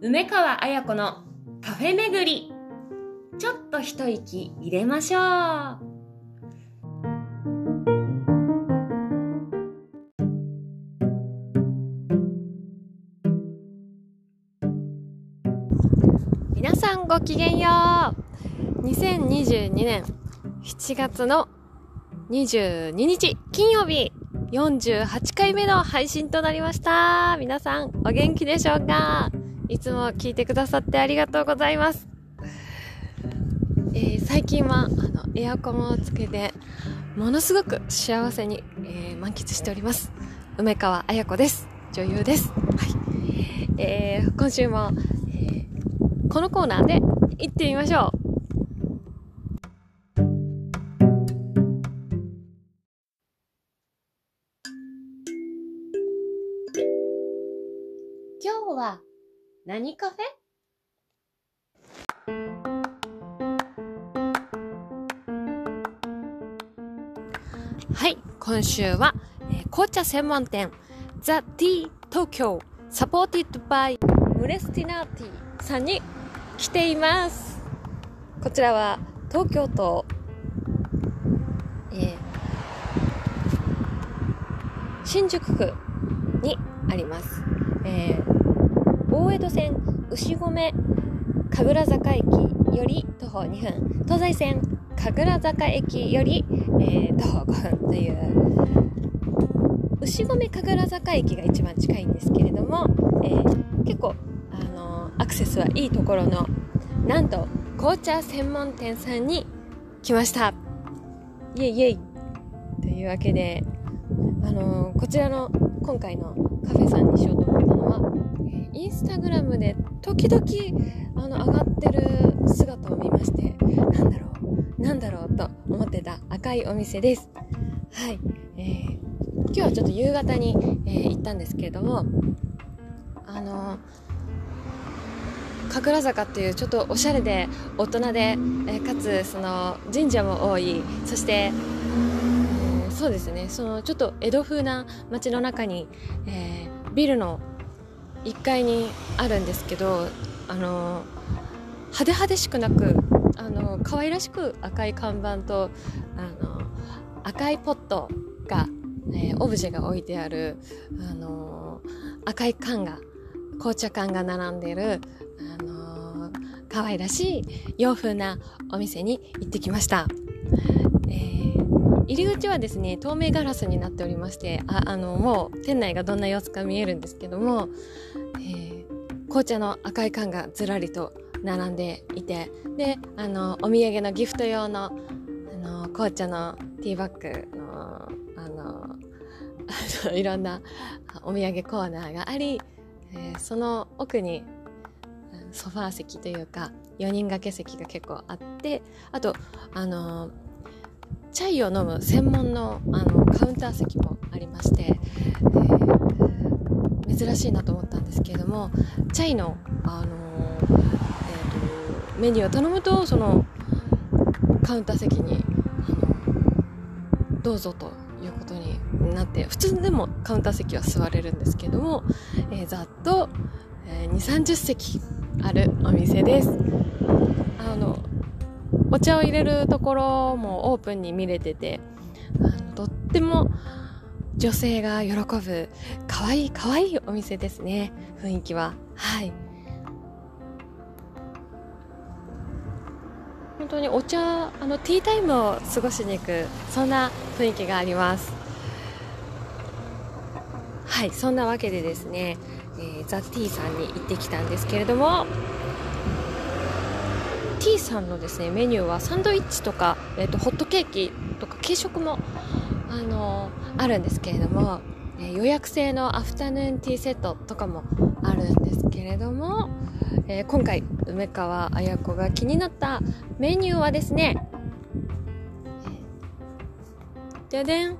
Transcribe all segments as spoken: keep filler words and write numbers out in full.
梅川彩子のカフェ巡り。ちょっと一息入れましょう。 皆さんごきげんよう。にせんにじゅうにねんしちがつのにじゅうににち金曜日、よんじゅうはちかいめの配信となりました。皆さんお元気でしょうか？いつも聞いてくださってありがとうございます。えー、最近はあのエアコンをつけてものすごく幸せに、えー、満喫しております。梅川彩子です。女優です。はい。えー、今週も、えー、このコーナーで行ってみましょう。 今日は何カフェ？ はい、今週は、えー、紅茶専門店 The Tea Tokyo Supported by ムレスティナーティーさんに来ています。こちらは東京都、えー、新宿区にあります。えー大江戸線牛込神楽坂駅より徒歩にふん、東西線神楽坂駅より、えー、徒歩ごふんという牛込神楽坂駅が一番近いんですけれども、えー、結構、あのー、アクセスはいいところのなんと紅茶専門店さんに来ました。イエイイエイというわけで、あのー、こちらの今回のカフェさんにしようと思ったのは、インスタグラムで時々あの上がってる姿を見まして、なんだろうなんだろうと思ってた赤いお店です。はい、えー、今日はちょっと夕方に、えー、行ったんですけれども、あの神楽坂っていうちょっとおしゃれで大人で、えー、かつその神社も多い、そして、えー、そうですね、そのちょっと江戸風な街の中に、えー、ビルのいっかいにあるんですけど、あの派手派手しくなく、あの可愛らしく赤い看板とあの赤いポットが、えー、オブジェが置いてある、あの赤い缶が紅茶缶が並んでいる、あの可愛らしい洋風なお店に行ってきました。えー、入り口はですね、透明ガラスになっておりまして、ああのもう店内がどんな様子か見えるんですけども、えー、紅茶の赤い缶がずらりと並んでいて、であのお土産のギフト用の、あの紅茶のティーバッグの、あのあのいろんなお土産コーナーがあり、えー、その奥にソファー席というかよにん掛け席が結構あって、あとあのチャイを飲む専門 の, あのカウンター席もありまして、えー、珍しいなと思ったんですけれども、チャイの、あのーえー、とメニューを頼むとそのカウンター席に、あのどうぞということになって、普通でもカウンター席は座れるんですけども、えー、ざっと、えー、にじゅうさんじゅっせきあるお店です。あのお茶を入れるところもオープンに見れてて、あのとっても女性が喜ぶかわいいかわいいお店ですね。雰囲気は、はい、本当にお茶、あのティータイムを過ごしに行く、そんな雰囲気があります。はい、そんなわけでですね、えー、ザ・ティーさんに行ってきたんですけれども、T さんのですねメニューはサンドイッチとか、えー、とホットケーキとか軽食も、あのー、あるんですけれども、えー、予約制のアフタヌーンティーセットとかもあるんですけれども、えー、今回梅川彩子が気になったメニューはですね、ででん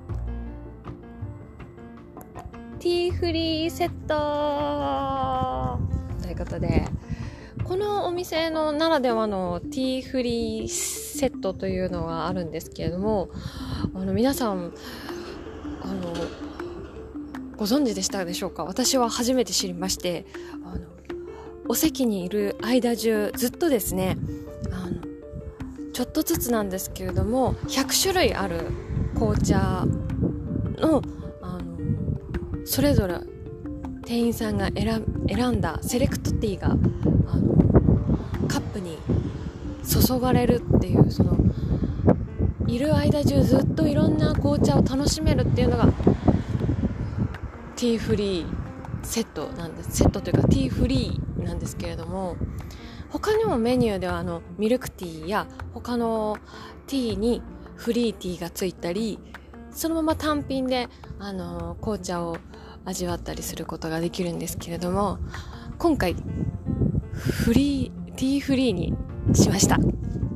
ティーフリーセットということで、このお店のならではのティーフリーセットというのがあるんですけれども、あの皆さんあのご存知でしたでしょうか？私は初めて知りまして、あのお席にいる間中ずっとですね、あのちょっとずつなんですけれどもひゃくしゅるいある紅茶の、あのそれぞれ店員さんが選、選んだセレクトティーがあのカップに注がれるっていう、そのいる間中ずっといろんな紅茶を楽しめるっていうのがティーフリーセットなんです。セットというかティーフリーなんですけれども、他にもメニューではあのミルクティーや他のティーにフリーティーがついたり、そのまま単品であの紅茶を味わったりすることができるんですけれども、今回フリーティーフリーにしました。こ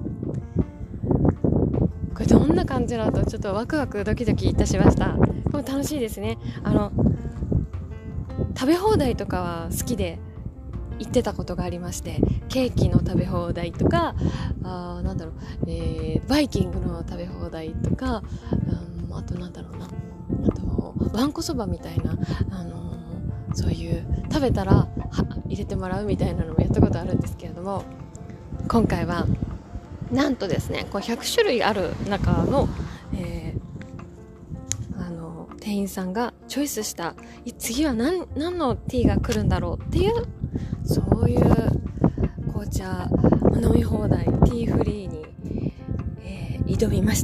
れどんな感じなのとちょっとワクワクドキドキいたしました。これ楽しいですね。あの食べ放題とかは好きで行ってたことがありまして、ケーキの食べ放題とか、あなんだろう、えー、バイキングの食べ放題とか、うん、あとなんだろうな、あとわんこそばみたいな、あのー、そういう食べたらは入れてもらうみたいなのもやったことあるんですけれども、今回はなんとですね、こうひゃくしゅるいある中の、えー、あの店員さんがチョイスした次は 何, 何のティーが来るんだろうっていう、そういう紅茶飲み放題ティーフリーに、えー、挑みました。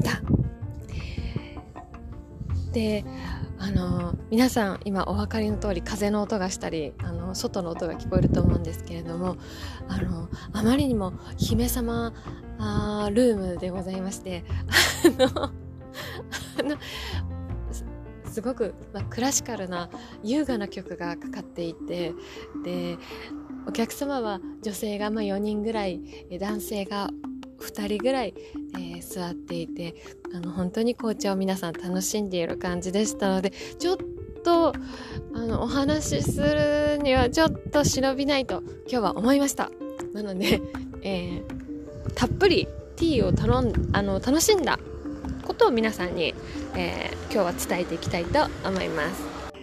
で、あの皆さん今お分かりの通り風の音がしたり、あの外の音が聞こえると思うんですけれども、あのあまりにも姫様あールームでございまして、あのあのすごく、まあ、クラシカルな優雅な曲がかかっていて、でお客様は女性がまあよにんぐらい、男性がふたりぐらい、えー、座っていて、あの本当に紅茶を皆さん楽しんでいる感じでしたので、ちょっとあのお話しするにはちょっと忍びないと今日は思いました。なので、えー、たっぷりティーを頼んあの楽しんだことを皆さんに、えー、今日は伝えていきたいと思います。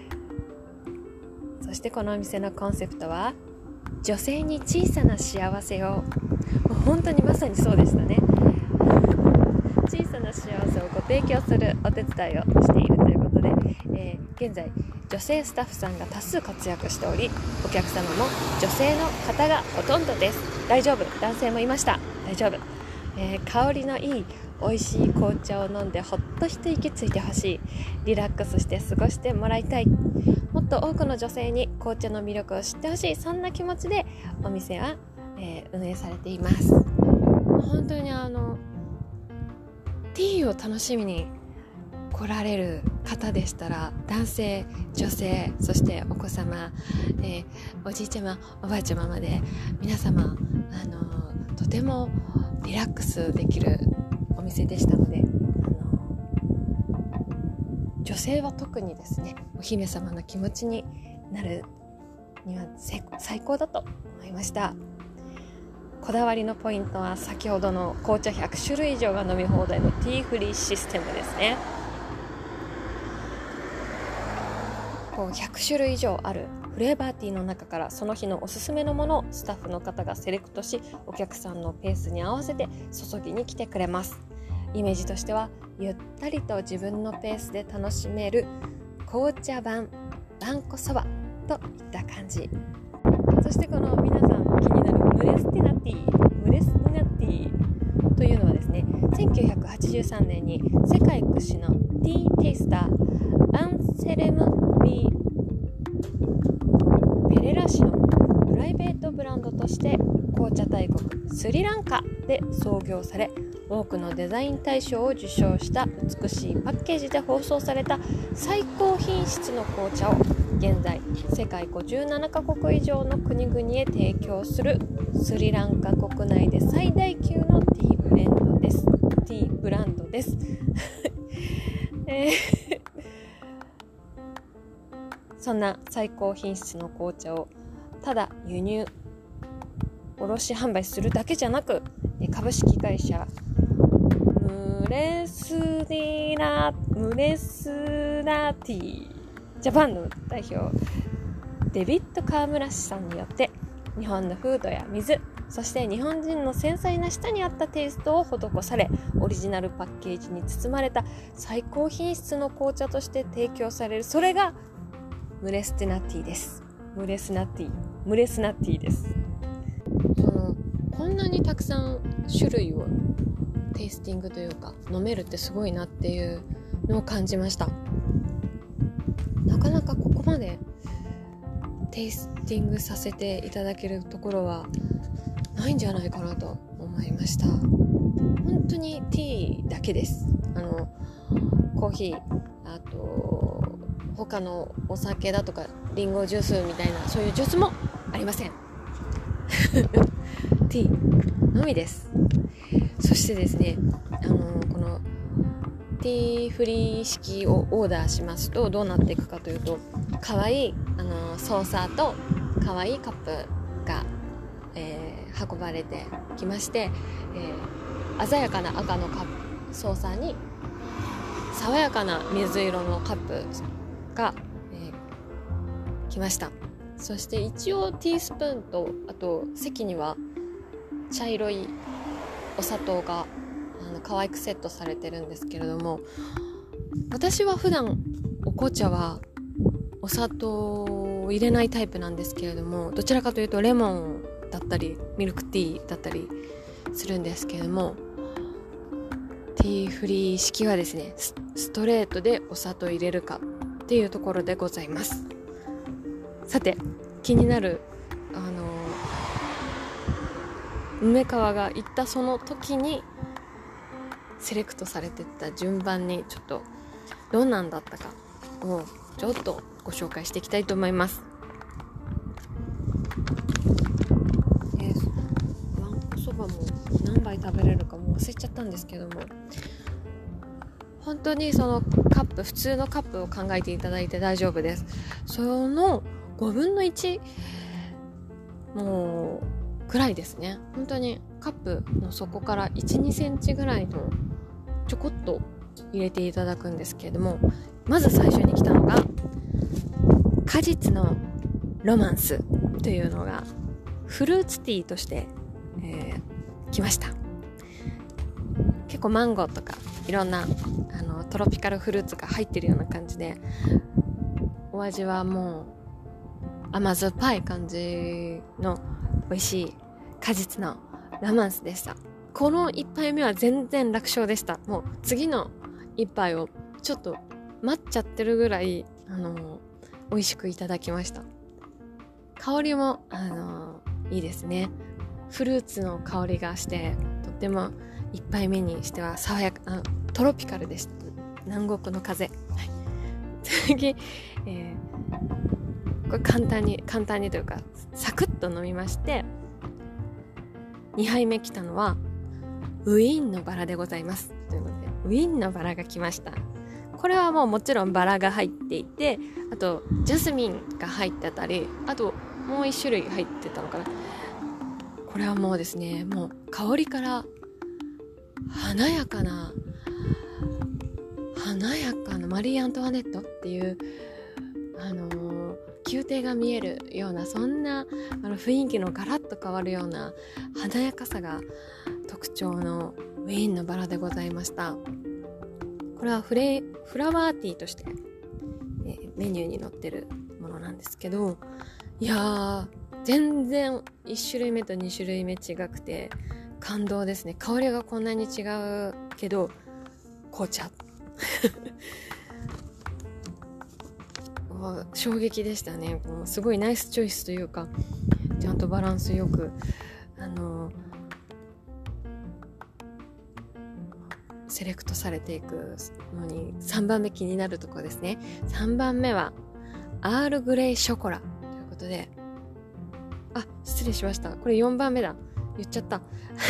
そしてこのお店のコンセプトは女性に小さな幸せを、本当にまさにそうでしたね。小さな幸せをご提供するお手伝いをしているということで、えー、現在女性スタッフさんが多数活躍しており、お客様も女性の方がほとんどです。大丈夫、男性もいました。大丈夫、えー、香りのいい美味しい紅茶を飲んでほっと一息ついてほしい、リラックスして過ごしてもらいたい、もっと多くの女性に紅茶の魅力を知ってほしい、そんな気持ちでお店は、えー、運営されています。本当にあのティーを楽しみに来られる方でしたら、男性女性そしてお子様、えー、おじいちゃまおばあちゃままで皆様、あのとてもリラックスできるお店でしたので、あの女性は特にですね、お姫様の気持ちになるには最高だと思いました。こだわりのポイントは先ほどの紅茶ひゃくしゅるい以上が飲み放題のティーフリーシステムですね。こうひゃくしゅるい以上あるフレーバーティーの中からその日のおすすめのものをスタッフの方がセレクトし、お客さんのペースに合わせて注ぎに来てくれます。イメージとしてはゆったりと自分のペースで楽しめる紅茶版わんこそばといった感じ。そしてこの皆さん気になるムレスティナティームレスティナティーというのはですね、せんきゅうひゃくはちじゅうさんねんに世界屈指のティーテイスターアンセレムリー・ペレラ氏のプライベートブランドとして紅茶大国スリランカで創業され、多くのデザイン大賞を受賞した美しいパッケージで包装された最高品質の紅茶を現在世界ごじゅうななかこく以上の国々へ提供するスリランカ国内で最大級のティーブレンドですティーブランドです、えー、そんな最高品質の紅茶をただ輸入卸販売するだけじゃなく、株式会社ムレスディナムレスナティジャパンの代表デビッド・カームラ氏さんによって日本の風土や水、そして日本人の繊細な舌に合ったテイストを施され、オリジナルパッケージに包まれた最高品質の紅茶として提供される、それがムレステナティです。ムレスナティムレスナティです。そのこんなにたくさん種類をテイスティングというか飲めるってすごいなっていうのを感じました。なかなかここまでテイスティングさせていただけるところはないんじゃないかなと思いました。本当にティーだけです。あのコーヒー、あと他のお酒だとかリンゴジュースみたいなそういうジュースもありません。ティーのみです。そしてですね、あのこのティーフリー式をオーダーしますとどうなっていくかというと、かわいいあのソーサーとかわいいカップが、えー、運ばれてきまして、えー、鮮やかな赤のカップソーサーに爽やかな水色のカップが、えー、来ました。そして一応ティースプーンとあと席には茶色いお砂糖があの可愛くセットされてるんですけれども、私は普段お紅茶はお砂糖を入れないタイプなんですけれども、どちらかというとレモンだったりミルクティーだったりするんですけれども、ティーフリー式はですね、ストレートでお砂糖入れるかっていうところでございます。さて気になるあの梅川が行ったその時にセレクトされてった順番にちょっとどんなんだったかをちょっとご紹介していきたいと思います。えー、わんこそばも何杯食べれるかもう忘れちゃったんですけども、本当にそのカップ、普通のカップを考えていただいて大丈夫です。そのごぶんのいちもうくらいですね。本当にカップの底から いち、にセンチぐらいのちょこっと入れていただくんですけれども、まず最初に来たのが果実のロマンスというのがフルーツティーとして、えー、来ました。結構マンゴーとかいろんなあのトロピカルフルーツが入ってるような感じで、お味はもう甘酸っぱい感じの美味しい果実のロマンスでした。この一杯目は全然楽勝でした。もう次の一杯をちょっと待っちゃってるぐらいあの美味しくいただきました。香りもあのいいですね。フルーツの香りがしてとっても一杯目にしては爽やか、あトロピカルでした。南国の風、はい、次、えー、これ簡単に簡単にというかサクッと飲みまして、にはいめ来たのはウィーンのバラでございますというので、ウィーンのバラが来ました。これはもうもちろんバラが入っていて、あとジャスミンが入ってたり、あともう一種類入ってたのかな。これはもうですね、もう香りから華やかな華やかなマリー・アントワネットっていうあのー、宮廷が見えるような、そんなあの雰囲気のガラッと変わるような華やかさが特徴のウィーンのバラでございました。これはフレフラワーティーとして、えー、メニューに載ってるものなんですけど、いやー全然いち種類目とに種類目違くて感動ですね。香りがこんなに違うけど紅茶衝撃でしたね。もうすごいナイスチョイスというか、ちゃんとバランスよくあのセレクトされていくのに、さんばんめ気になるところですね。さんばんめはアールグレイショコラということで、あ、失礼しました。これよんばんめだ。言っちゃった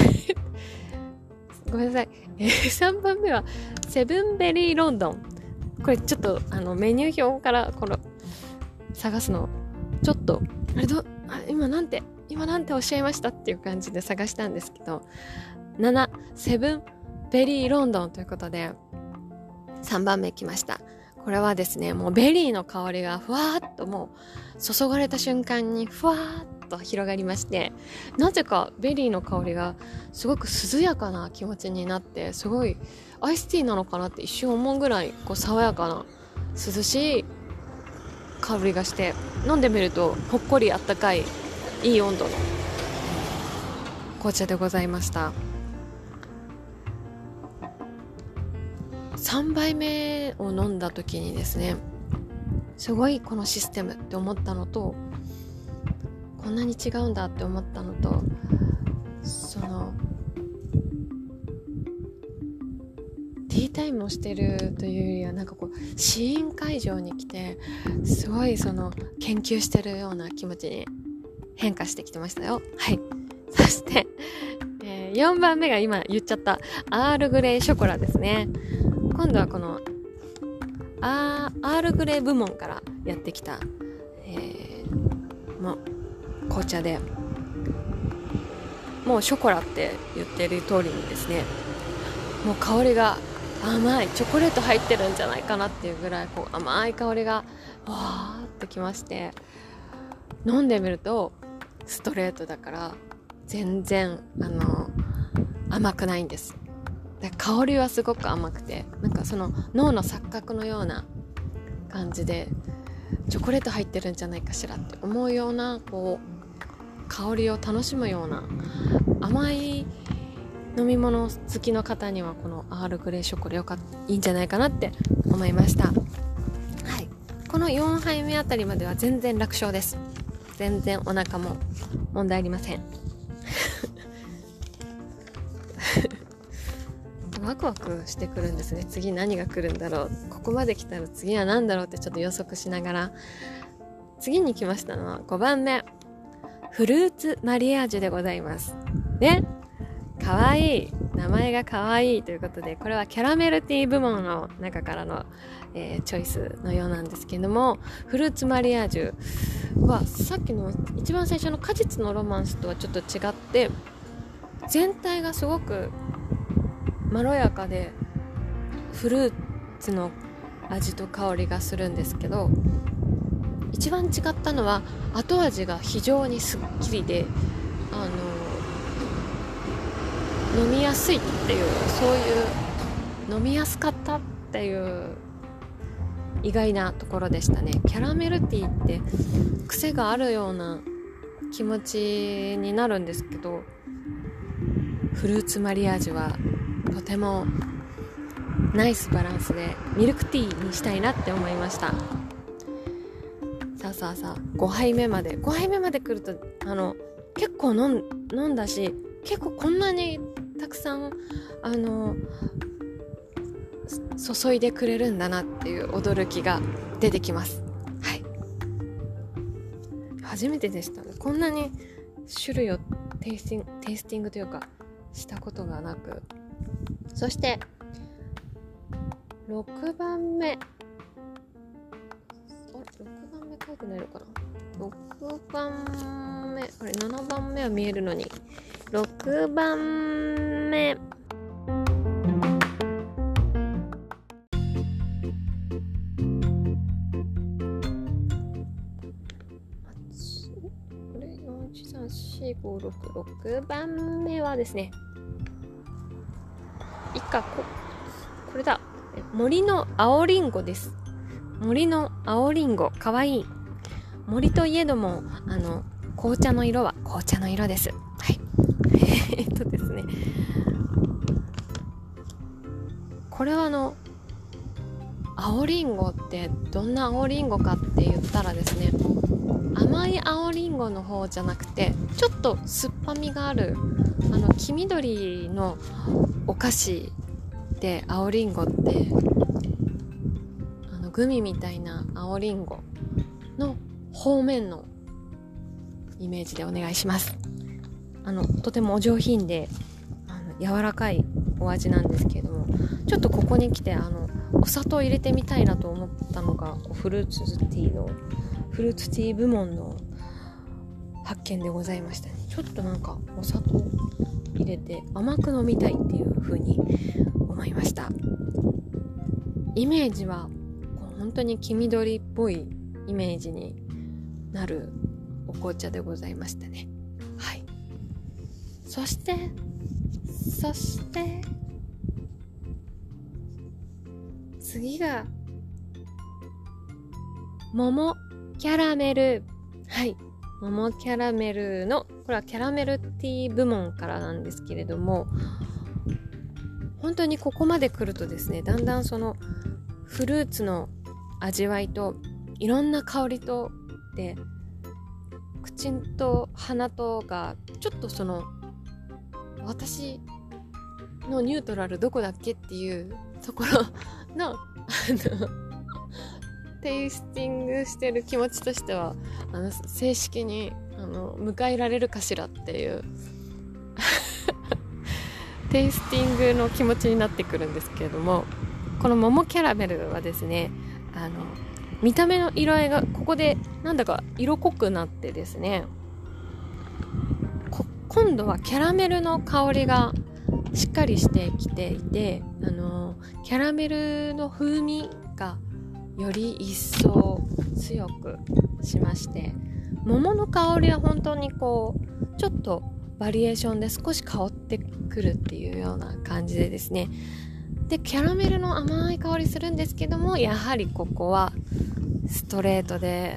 ごめんなさい、えー、さんばんめはセブンベリーロンドン。これちょっとあのメニュー表からこの探すのちょっとあれどあ今なんて今なんておっしゃいましたっていう感じで探したんですけど、ななセブンベリーロンドンということでさんばんめ来ました。 これはですね、もうベリーの香りがふわーっともう注がれた瞬間にふわーっと広がりまして、なぜかベリーの香りがすごく涼やかな気持ちになって、すごいアイスティーなのかなって一瞬思うぐらいこう爽やかな涼しい香りがして、飲んでみるとほっこりあったかいいい温度の紅茶でございました。さんばいめを飲んだ時にですね、すごいこのシステムって思ったのと、こんなに違うんだって思ったのと、そのティータイムをしてるというよりは、なんかこう試飲会場に来てすごいその研究してるような気持ちに変化してきてましたよ。はい。そして、えー、よんばんめが今言っちゃったアールグレイショコラですね。今度はこのアー、アールグレイ部門からやってきた、えー、もう紅茶で、もうショコラって言ってる通りにですね、もう香りが甘い、チョコレート入ってるんじゃないかなっていうぐらいこう甘い香りがわーっときまして、飲んでみるとストレートだから全然あの甘くないんです。で香りはすごく甘くて、なんかその脳の錯覚のような感じでチョコレート入ってるんじゃないかしらって思うようなこう香りを楽しむような甘い飲み物好きの方にはこのアールグレイショコラよかったいいんじゃないかなって思いました。はい、このよんはいめあたりまでは全然楽勝です。全然お腹も問題ありません。ワクワクしてくるんですね。次何が来るんだろう、ここまで来たら次は何だろうってちょっと予測しながら、次に来ましたのはごばんめ、フルーツマリアージュでございますね。かわいい、名前がかわいいということで、これはキャラメルティー部門の中からの、えー、チョイスのようなんですけども、フルーツマリアージュはさっきの一番最初の果実のロマンスとはちょっと違って、全体がすごくまろやかでフルーツの味と香りがするんですけど、一番違ったのは後味が非常にすっきりで、あの飲みやすいっていう、そういう飲みやすかったっていう意外なところでしたね。キャラメルティーって癖があるような気持ちになるんですけど、フルーツマリアージュはとてもナイスバランスでミルクティーにしたいなって思いました。さあさあさあごはいめまでごはいめまで来ると、あの結構飲ん、飲んだし、結構こんなにたくさんあの注いでくれるんだなっていう驚きが出てきます。はい、初めてでしたね。こんなに種類をテイスティング、テイスティングというかしたことがなく。そしてろくばんめ、あれろくばんめ書いてないのかな。ろくばんめ、あれななばんめは見えるのに、ろくばんめ、これよん、さん、よん、ご、ろく、ろくばんめはですね、いっか、ここれだ、森の青りんごです。森の青りんご、かわいい。森といえども、あの紅茶の色は紅茶の色です。はい。えっとですね、これはあの青りんごってどんな青りんごかって言ったらですね、甘い青りんごの方じゃなくて、ちょっと酸っぱみがある、あの黄緑のお菓子で、青りんごってあのグミみたいな青りんごの方面のイメージでお願いします。あのとてもお上品で、あの柔らかいお味なんですけれども、ちょっとここに来てあのお砂糖入れてみたいなと思ったのが、フルーツティーのフルーツティー部門の発見でございましたね。ちょっとなんかお砂糖入れて甘く飲みたいっていう風に思いました。イメージは本当に黄緑っぽいイメージになるお紅茶でございましたね。はい。そしてそして次が桃キャラメル。はい、桃キャラメルの、これはキャラメルティー部門からなんですけれども、本当にここまで来るとですね、だんだんそのフルーツの味わいといろんな香りとで、口と鼻とがちょっとその私のニュートラルどこだっけっていうところのあのテイスティングしてる気持ちとしては、あの正式にあの迎えられるかしらっていうテイスティングの気持ちになってくるんですけれども、この桃キャラメルはですね、あの見た目の色合いがここでなんだか色濃くなってですね、今度はキャラメルの香りがしっかりしてきていて、あのキャラメルの風味がより一層強くしまして、桃の香りは本当にこうちょっとバリエーションで少し香ってくるっていうような感じでですね、でキャラメルの甘い香りするんですけども、やはりここはストレートで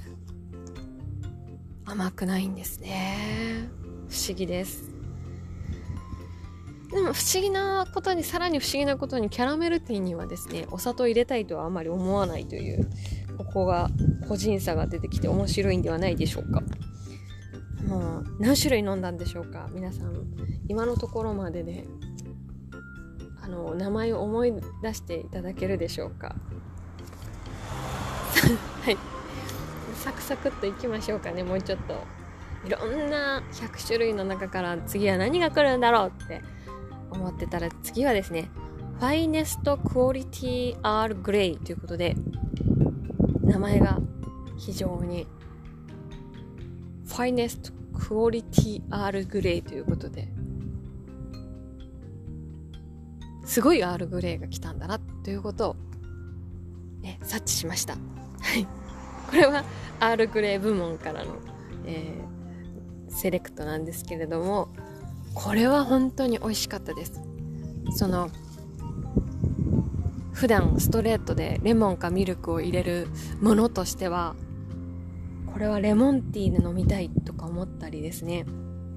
甘くないんですね。不思議です。でも不思議なことに、さらに不思議なことに、キャラメルティーにはですね、お砂糖入れたいとはあまり思わないという、ここが個人差が出てきて面白いんではないでしょうか。もう何種類飲んだんでしょうか、皆さん。今のところまでであの名前を思い出していただけるでしょうか。はい、サクサクっといきましょうかね。もうちょっといろんなひゃく種類の中から次は何が来るんだろうって思ってたら、次はですね、ファイネストクオリティアールグレイということで、名前が非常にファイネストクオリティアールグレイということで、すごいアールグレイが来たんだなということを、ね、察知しました。はい、これはアールグレイ部門からの、えー、セレクトなんですけれども、これは本当に美味しかったです。その普段ストレートでレモンかミルクを入れるものとしては、これはレモンティーで飲みたいとか思ったりですね、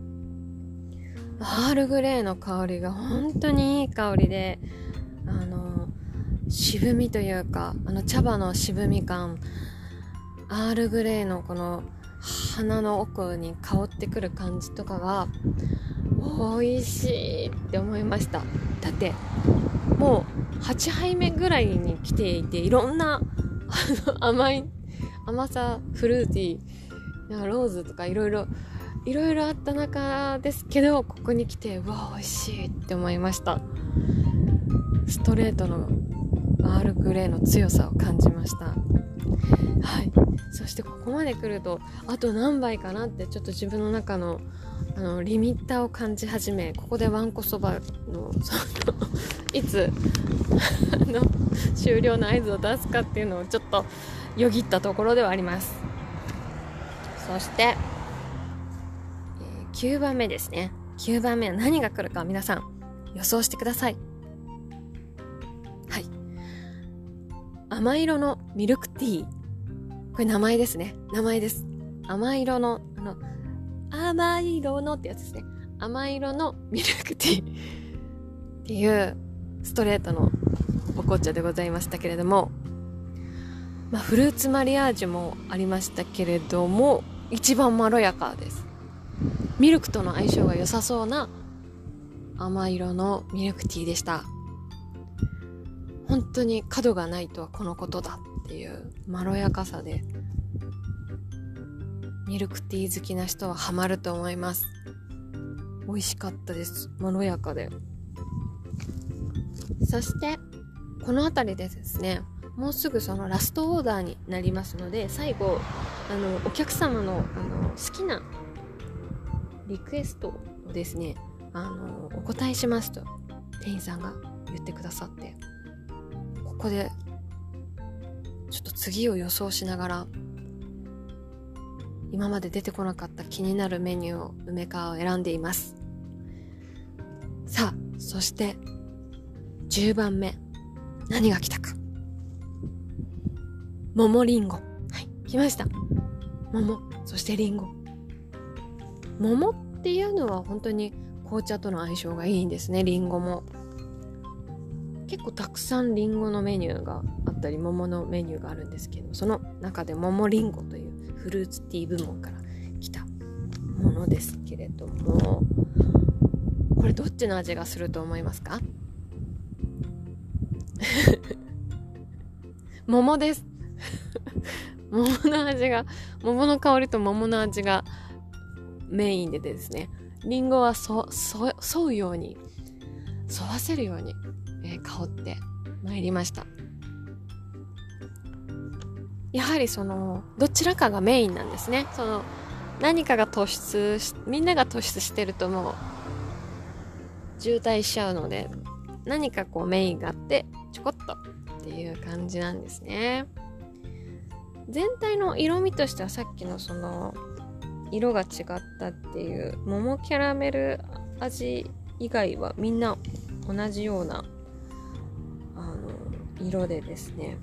アールグレイの香りが本当にいい香りで、あの渋みというか、あの茶葉の渋み感、アールグレイのこの鼻の奥に香ってくる感じとかが美味しいって思いました。だってもうはちはいめぐらいに来ていて、いろんなあの甘い甘さ、フルーティー、なんかローズとかいろいろいろいろあった中ですけど、ここに来てうわ美味しいって思いました。ストレートのアールグレイの強さを感じました。はい、そしてここまで来るとあと何杯かなってちょっと自分の中のあのリミッターを感じ始め、ここでわんこそばのそのいつの終了の合図を出すかっていうのをちょっとよぎったところではあります。そして、えー、きゅうばんめですね。きゅうばんめは何が来るか皆さん予想してください。はい、甘色のミルクティー、これ名前ですね。名前です。甘色のあの甘い色のってやつですね。甘い色のミルクティーっていうストレートのお紅茶でございましたけれども、まあ、フルーツマリアージュもありましたけれども、一番まろやかです。ミルクとの相性が良さそうな甘い色のミルクティーでした。本当に角がないとはこのことだっていうまろやかさで、ミルクティー好きな人はハマると思います。美味しかったです。まろやかで。そしてこの辺りでですね、もうすぐそのラストオーダーになりますので、最後あのお客様の、あの好きなリクエストをですね、あのお答えしますと店員さんが言ってくださって、ここでちょっと次を予想しながら今まで出てこなかった気になるメニューを梅川を選んでいます。さあ、そしてじゅうばんめ、何が来たか。桃りんご。はい、来ました。桃、そしてりんご。桃っていうのは本当に紅茶との相性がいいんですね。りんごも結構たくさんりんごのメニューがあったり桃のメニューがあるんですけど、その中で桃りんごというフルーツティー部門から来たものですけれども、これどっちの味がすると思いますか？桃です桃の味が桃の香りと桃の味がメインでですね、りんごはそそ沿うように沿わせるように、えー、香ってまいりました。やはりそのどちらかがメインなんですね。その何かが突出しみんなが突出してるともう渋滞しちゃうので、何かこうメインがあってちょこっとっていう感じなんですね。全体の色味としてはさっきのその色が違ったっていう桃キャラメル味以外はみんな同じようなあの色でですね、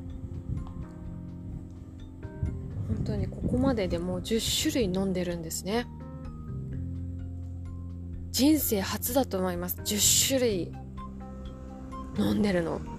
本当にここまででもうじゅっしゅるい飲んでるんですね。人生初だと思います。じゅっしゅるい飲んでるの。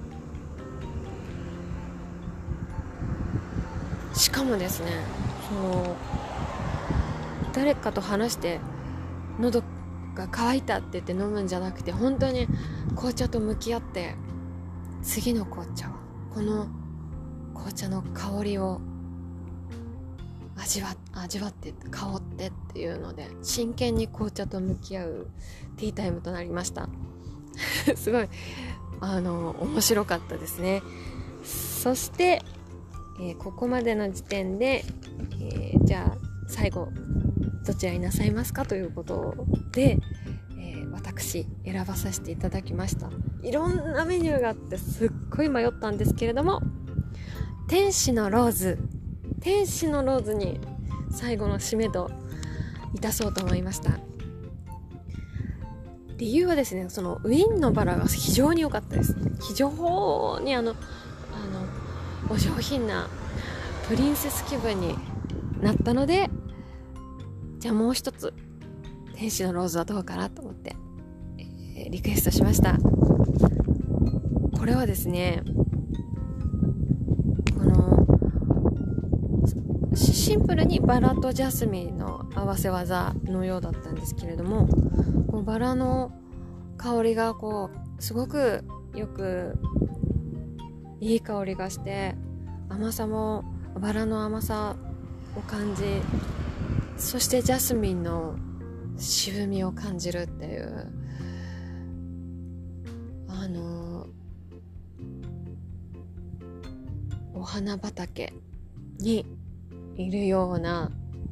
しかもですね、その誰かと話して喉が渇いたって言って飲むんじゃなくて、本当に紅茶と向き合って、次の紅茶はこの紅茶の香りを味わ味わって香ってっていうので、真剣に紅茶と向き合うティータイムとなりましたすごいあの面白かったですね。そして、えー、ここまでの時点で、えー、じゃあ最後どちらになさいますかということで、えー、私選ばさせていただきました。いろんなメニューがあってすっごい迷ったんですけれども、天使のローズ天使のローズに最後の締めといたそうと思いました。理由はですね、そのウィンのバラが非常に良かったです。非常にあのあのお上品なプリンセス気分になったので、じゃあもう一つ天使のローズはどうかなと思って、えー、リクエストしました。これはですね、このシンプルにバラとジャスミンの合わせ技のようだったんですけれども、こうバラの香りがこうすごくよくいい香りがして、甘さもバラの甘さを感じ、そしてジャスミンの渋みを感じるっていう、あのお花畑にいるような、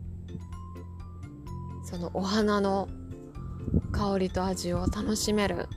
そのお花の香りと味を楽しめる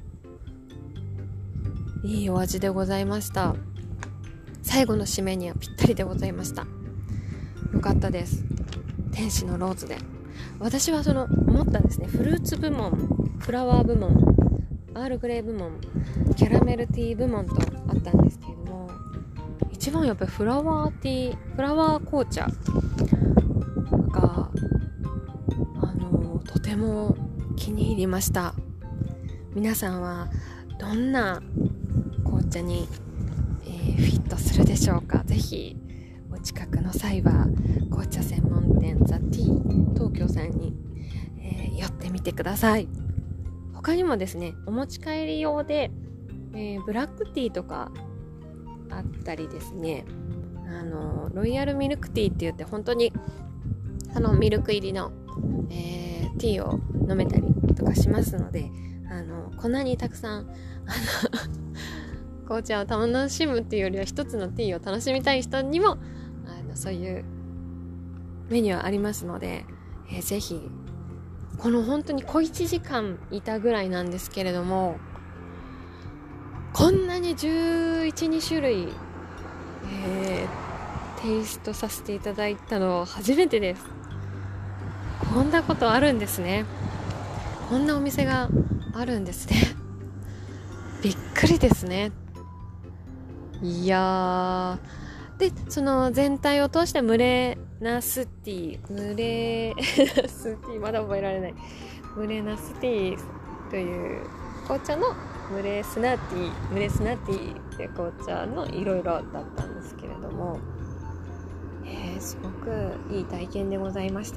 いいお味でございました。最後の締めにはぴったりでございました。よかったです。天使のローズで私はその思ったんですね。フルーツ部門、フラワー部門、アールグレイ部門、キャラメルティー部門とあったんですけれども、一番やっぱりフラワーティーフラワー紅茶があのとても気に入りました。皆さんはどんな紅茶に、えー、フィットするでしょうか。ぜひお近くの際は紅茶専門店ザ・ティー東京さんに、えー、寄ってみてください。他にもですね、お持ち帰り用で、えー、ブラックティーとかあったりですね、あのロイヤルミルクティーって言って本当にあのミルク入りの、えー、ティーを飲めたりとかしますので、あの粉にたくさんあの紅茶を楽しむっていうよりは一つのティーを楽しみたい人にもあのそういうメニューありますので、えー、ぜひこの本当に小いちじかんいたぐらいなんですけれども、こんなにじゅういち、にしゅるい、 えー、テイストさせていただいたのは初めてです。こんなことあるんですね。こんなお店があるんですね。びっくりですね。いやー、でその全体を通してムレナスティームレナスティーまだ覚えられないムレナスティーという紅茶のムレスナティームレスナティーって紅茶のいろいろだったんですけれども、えー、すごくいい体験でございました。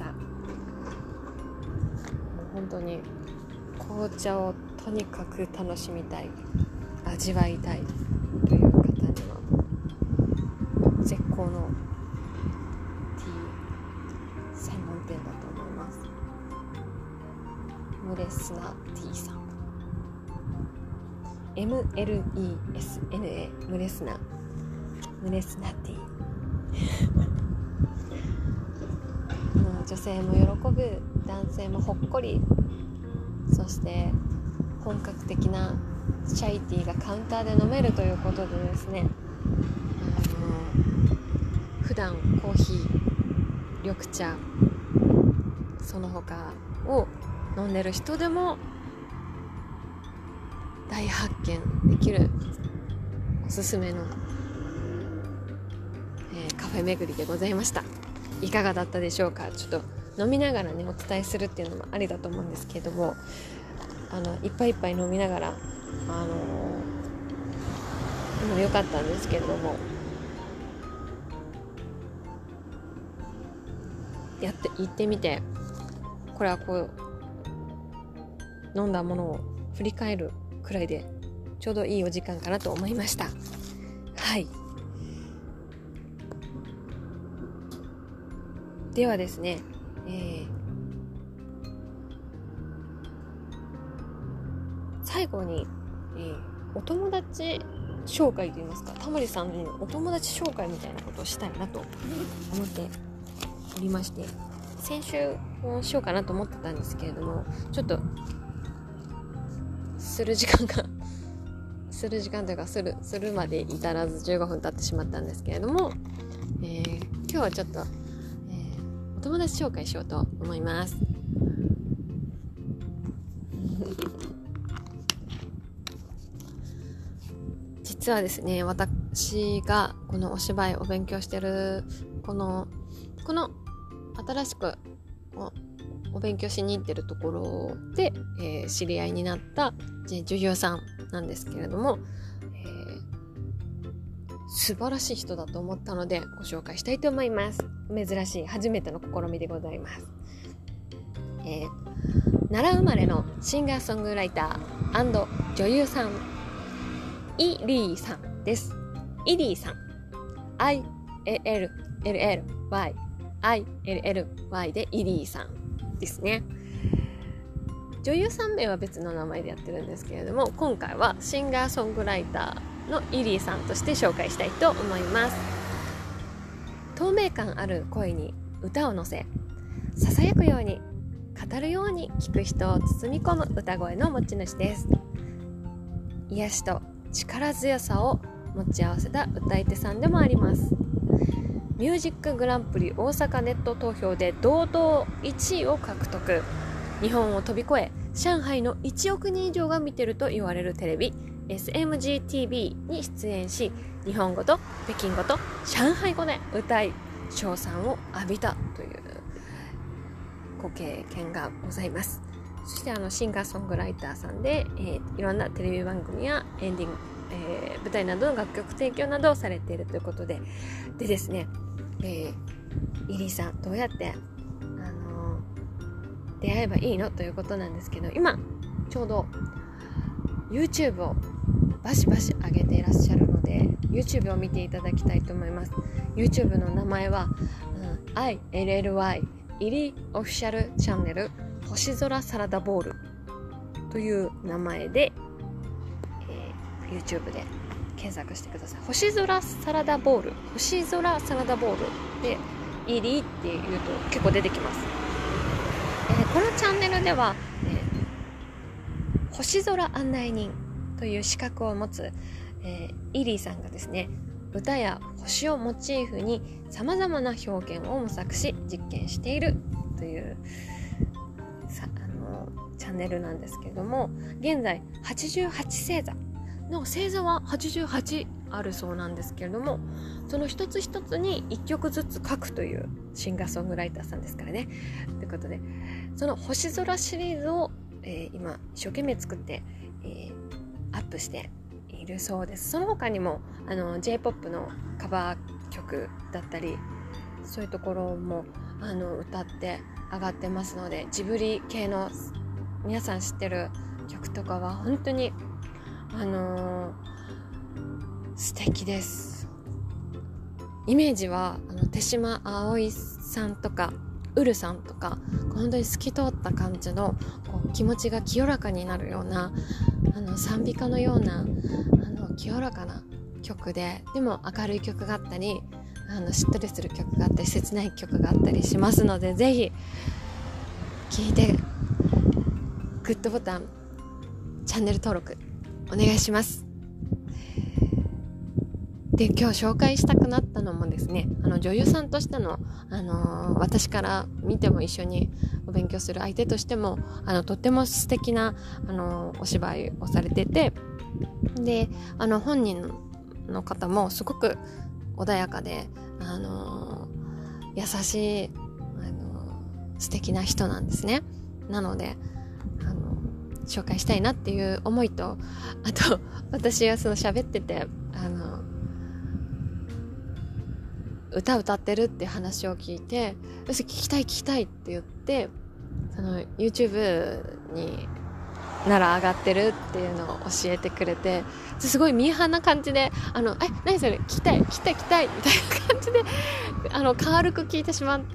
本当に紅茶をとにかく楽しみたい、味わいたいという方には絶好のティー専門店だと思います。ムレスナティーさん、 エムエルイーエスエヌエー ムレスナムレスナティー女性も喜ぶ、男性もほっこり、そして本格的なチャイティーがカウンターで飲めるということでですね、あの普段コーヒー、緑茶その他を飲んでる人でも大発見できるおすすめの、えー、カフェ巡りでございました。いかがだったでしょうか。ちょっと飲みながらねお伝えするっていうのもありだと思うんですけれども、あのいっぱいいっぱい飲みながらあのー、もう良かったんですけれども、やって行ってみて、これはこう飲んだものを振り返るくらいでちょうどいいお時間かなと思いました。はい、ではですね、えー、最後に、えー、お友達紹介といいますか、タモリさんのお友達紹介みたいなことをしたいなと思っておりまして、先週もしようかなと思ってたんですけれども、ちょっとする時間がする時間というかするするまで至らずじゅうごふん経ってしまったんですけれども、えー、今日はちょっと、えー、お友達紹介しようと思います。実はですね、私がこのお芝居を勉強してるこのこの新しく お, お勉強しに行ってるところで、えー、知り合いになった女優さんなんですけれども、えー、素晴らしい人だと思ったのでご紹介したいと思います。珍しい初めての試みでございます。えー、奈良生まれのシンガーソングライター&女優さん、イリーさんです。イリーさん、 アイエルエルエルワイアイエルエルワイ でイリーさんですね。女優さん名は別の名前でやってるんですけれども、今回はシンガーソングライターのイリーさんとして紹介したいと思います。透明感ある声に歌を乗せ、ささやくように語るように聞く人を包み込む歌声の持ち主です。癒しと力強さを持ち合わせた歌い手さんでもあります。ミュージックグランプリ大阪ネット投票で堂々いちいを獲得。日本を飛び越え上海のいちおくにん以上が見てると言われるテレビ エスエムジーティービー に出演し、日本語と北京語と上海語で歌い称賛を浴びたというご経験がございます。そしてあのシンガーソングライターさんで、えー、いろんなテレビ番組やエンディング、えー、舞台などの楽曲提供などをされているということで、でですね、えー、イリーさんどうやって、あのー、出会えばいいのということなんですけど、今ちょうど YouTube をバシバシ上げていらっしゃるので YouTube を見ていただきたいと思います。 YouTube の名前は、うん、アイエルエルワイ イリーオフィシャルチャンネル星空サラダボールという名前で、えー、YouTube で検索してください。星空サラダボール、星空サラダボールでイリーって言うと結構出てきます。えー、このチャンネルでは、えー、星空案内人という資格を持つ、えー、イリーさんがですね、 歌や星をモチーフにさまざまな表現を模索し実験しているというさあのチャンネルなんですけれども、現在はちじゅうはち星座の星座ははちじゅうはちあるそうなんですけれども、その一つ一つにいっきょくずつ書くというシンガーソングライターさんですからね。ということで、その星空シリーズを、えー、今一生懸命作って、えー、アップしているそうです。その他にもあの J-ポップ のカバー曲だったり、そういうところもあの歌って上がってますので、ジブリ系の皆さん知ってる曲とかは本当にあのー、素敵です。イメージはあの手島葵さんとかウルさんとか、本当に透き通った感じのこう気持ちが清らかになるようなあの賛美歌のようなあの清らかな曲で、でも明るい曲があったり、あのしっとりする曲があったり、切ない曲があったりしますので、ぜひ聴いてグッドボタン、チャンネル登録お願いします。で、今日紹介したくなったのもですね、あの女優さんとしての、あのー、私から見ても一緒にお勉強する相手としてもあのとっても素敵な、あのー、お芝居をされてて、であの本人の方もすごく穏やかで、あのー、優しい、あのー、素敵な人なんですね。なのであの紹介したいなっていう思いと、あと私はその喋っててあの歌歌ってるって話を聞いて、よし聞きたい聞きたいって言って、その YouTube になら上がってるっていうのを教えてくれて、すごいミーハーな感じで、あのえ何それ聞きたい聞きたい聞きたいみたいな感じであの軽く聞いてしまって、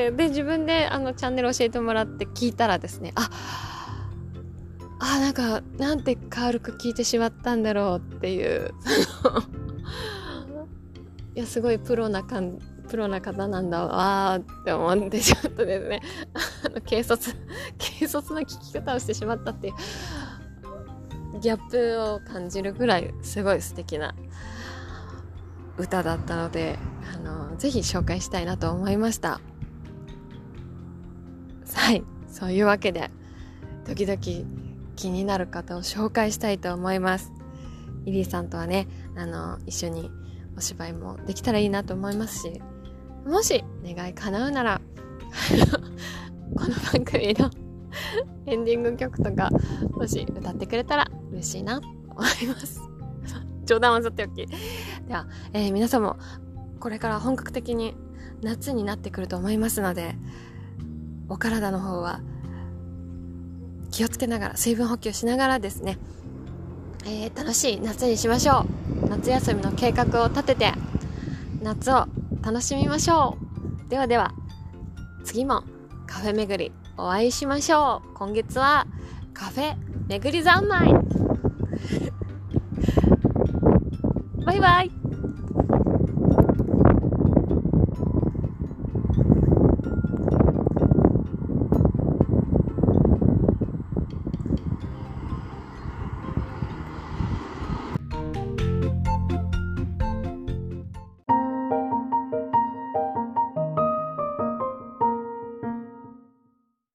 で自分であのチャンネル教えてもらって聞いたらですね、ああなんかなんて軽く聞いてしまったんだろうっていういやすごいプロなかんプロな方なんだわーって思ってちょっとですねあの軽率軽率な聞き方をしてしまったっていうギャップを感じるぐらいすごい素敵な歌だったので、あのぜひ紹介したいなと思いました。はい、そういうわけで時々気になる方を紹介したいと思います。イリーさんとはね、あの一緒にお芝居もできたらいいなと思いますし、もし願い叶うならこの番組のエンディング曲とかもし歌ってくれたら嬉しいなと思います冗談はさておき、では、えー、皆さんもこれから本格的に夏になってくると思いますので、お体の方は気をつけながら、水分補給しながらですね、えー、楽しい夏にしましょう。夏休みの計画を立てて夏を楽しみましょう。ではでは次もカフェ巡りお会いしましょう。今月はカフェ巡り三昧バイバイ。